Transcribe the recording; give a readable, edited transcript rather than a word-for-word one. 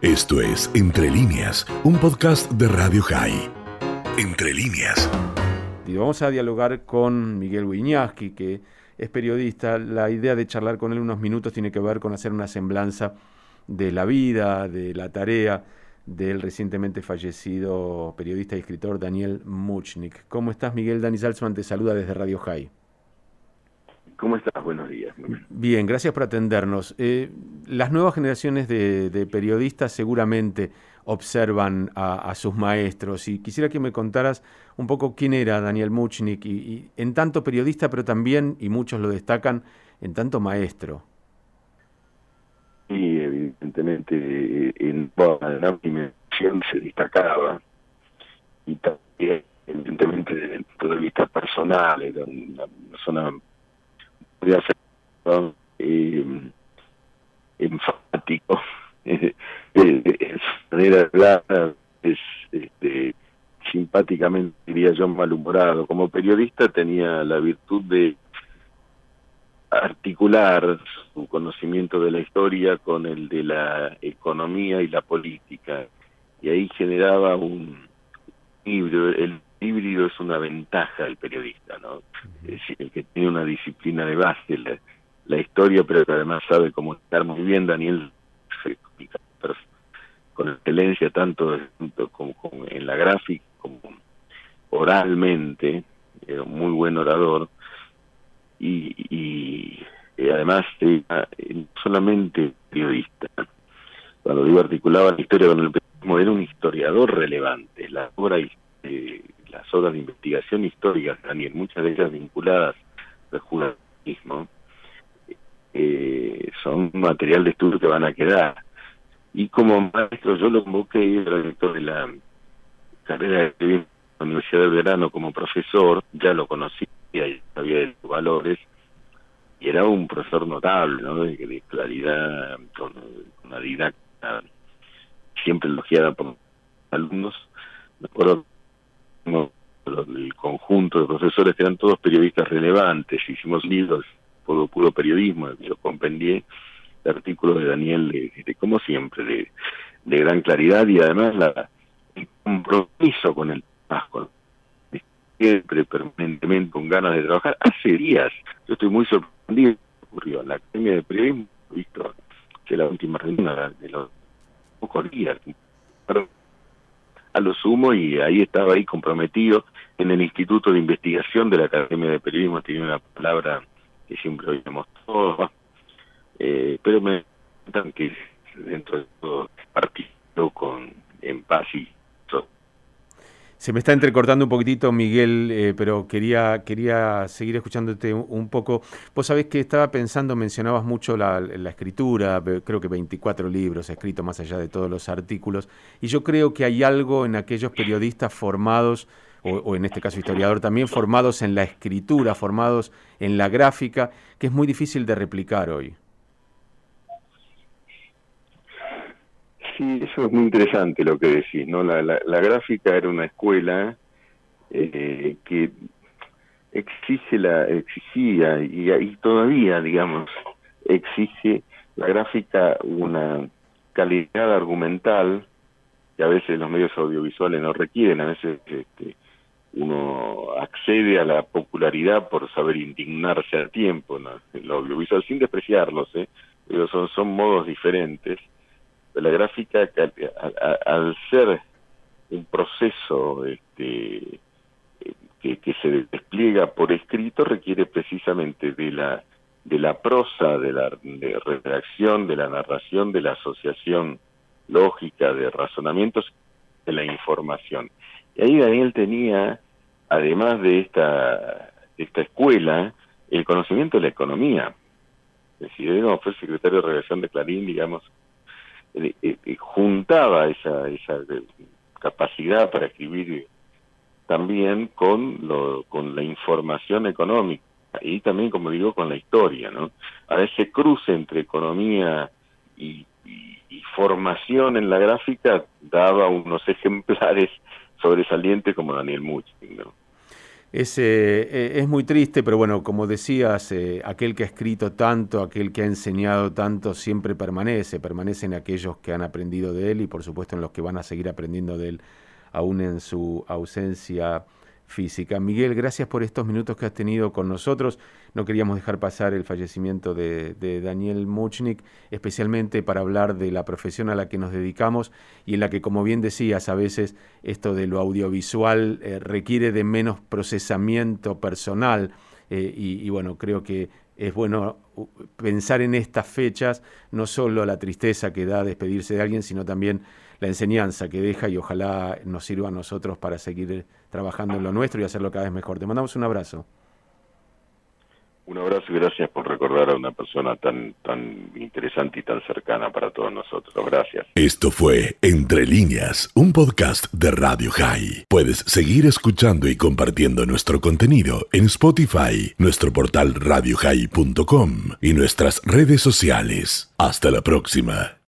Esto es Entre Líneas, un podcast de Radio High. Entre Líneas. Y vamos a dialogar con Miguel Wiñaski, que es periodista. La idea de charlar con él unos minutos tiene que ver con hacer una semblanza de la vida, de la tarea del recientemente fallecido periodista y escritor Daniel Muchnik. ¿Cómo estás, Miguel? Dani Salzman te saluda desde Radio High. ¿Cómo estás? Buenos días. Bien, gracias por atendernos. Las nuevas generaciones de periodistas seguramente observan a sus maestros y quisiera que me contaras un poco quién era Daniel Muchnik y en tanto periodista, pero también, y muchos lo destacan, en tanto maestro. Sí, evidentemente en la dimensión se destacaba y también evidentemente desde el punto de vista personal era una persona podía ser enfático, su manera de hablar es simpáticamente, diría yo, malhumorado. Como periodista tenía la virtud de articular su conocimiento de la historia con el de la economía y la política, y ahí generaba un híbrido. El híbrido es una ventaja del periodista, ¿no? Es decir, el que tiene una disciplina de base, la historia, pero que además sabe comunicar muy bien. Daniel se comunica con excelencia tanto como en la gráfica como oralmente, era un muy buen orador y además no solamente periodista. Cuando digo articulaba la historia con el periodismo, era un historiador relevante. Las obras de investigación histórica, Daniel, muchas de ellas vinculadas al judaísmo, son material de estudio que van a quedar. Y como maestro yo lo convoqué, era director de la carrera de periodismo en la Universidad de Verano como profesor, ya lo conocía y sabía de sus valores, y era un profesor notable, ¿no? De claridad, con una didáctica siempre elogiada por los alumnos. Me acuerdo el conjunto de profesores que eran todos periodistas relevantes, hicimos libros, puro periodismo, yo compendié el artículo de Daniel, como siempre, de gran claridad y además el compromiso con el trabajo, siempre, permanentemente, con ganas de trabajar. Hace días, yo estoy muy sorprendido, ocurrió en la Academia de Periodismo, visto que la última reunión de los pocos días, a lo sumo, y ahí estaba ahí comprometido en el Instituto de Investigación de la Academia de Periodismo. Tiene una palabra que siempre oímos todos, pero me cuentan que dentro de todo partido en paz y todo. Se me está entrecortando un poquitito, Miguel, pero quería seguir escuchándote un poco. Vos sabés que estaba pensando, mencionabas mucho la escritura, creo que 24 libros escritos más allá de todos los artículos, y yo creo que hay algo en aquellos periodistas formados, o en este caso historiador también, formados en la escritura, formados en la gráfica, que es muy difícil de replicar hoy. Sí, eso es muy interesante lo que decís, ¿no? La gráfica era una escuela que exigía y todavía, digamos, exige la gráfica una calidad argumental que a veces los medios audiovisuales no requieren. A veces uno accede a la popularidad por saber indignarse a tiempo, ¿no? En lo audiovisual, sin despreciarlos, pero son modos diferentes. La gráfica, al ser un proceso que se despliega por escrito, requiere precisamente de la prosa, de la redacción, de la narración, de la asociación lógica, de razonamientos, de la información. Y ahí Daniel tenía, además de esta escuela, el conocimiento de la economía. Es decir, fue secretario de redacción de Clarín, digamos, juntaba esa capacidad para escribir también con la información económica y también, como digo, con la historia, ¿no? A ese cruce entre economía y formación en la gráfica daba unos ejemplares sobresalientes como Daniel Muchnik, ¿no? Es muy triste, pero bueno, como decías, aquel que ha escrito tanto, aquel que ha enseñado tanto, siempre permanecen aquellos que han aprendido de él y por supuesto en los que van a seguir aprendiendo de él, aún en su ausencia física. Miguel, gracias por estos minutos que has tenido con nosotros. No queríamos dejar pasar el fallecimiento de Daniel Muchnik, especialmente para hablar de la profesión a la que nos dedicamos y en la que, como bien decías, a veces esto de lo audiovisual requiere de menos procesamiento personal y bueno, creo que es bueno pensar en estas fechas, no solo la tristeza que da despedirse de alguien, sino también la enseñanza que deja y ojalá nos sirva a nosotros para seguir trabajando en lo nuestro y hacerlo cada vez mejor. Te mandamos un abrazo. Un abrazo y gracias por recordar a una persona tan interesante y tan cercana para todos nosotros. Gracias. Esto fue Entre Líneas, un podcast de Radio High. Puedes seguir escuchando y compartiendo nuestro contenido en Spotify, nuestro portal radiohigh.com y nuestras redes sociales. Hasta la próxima.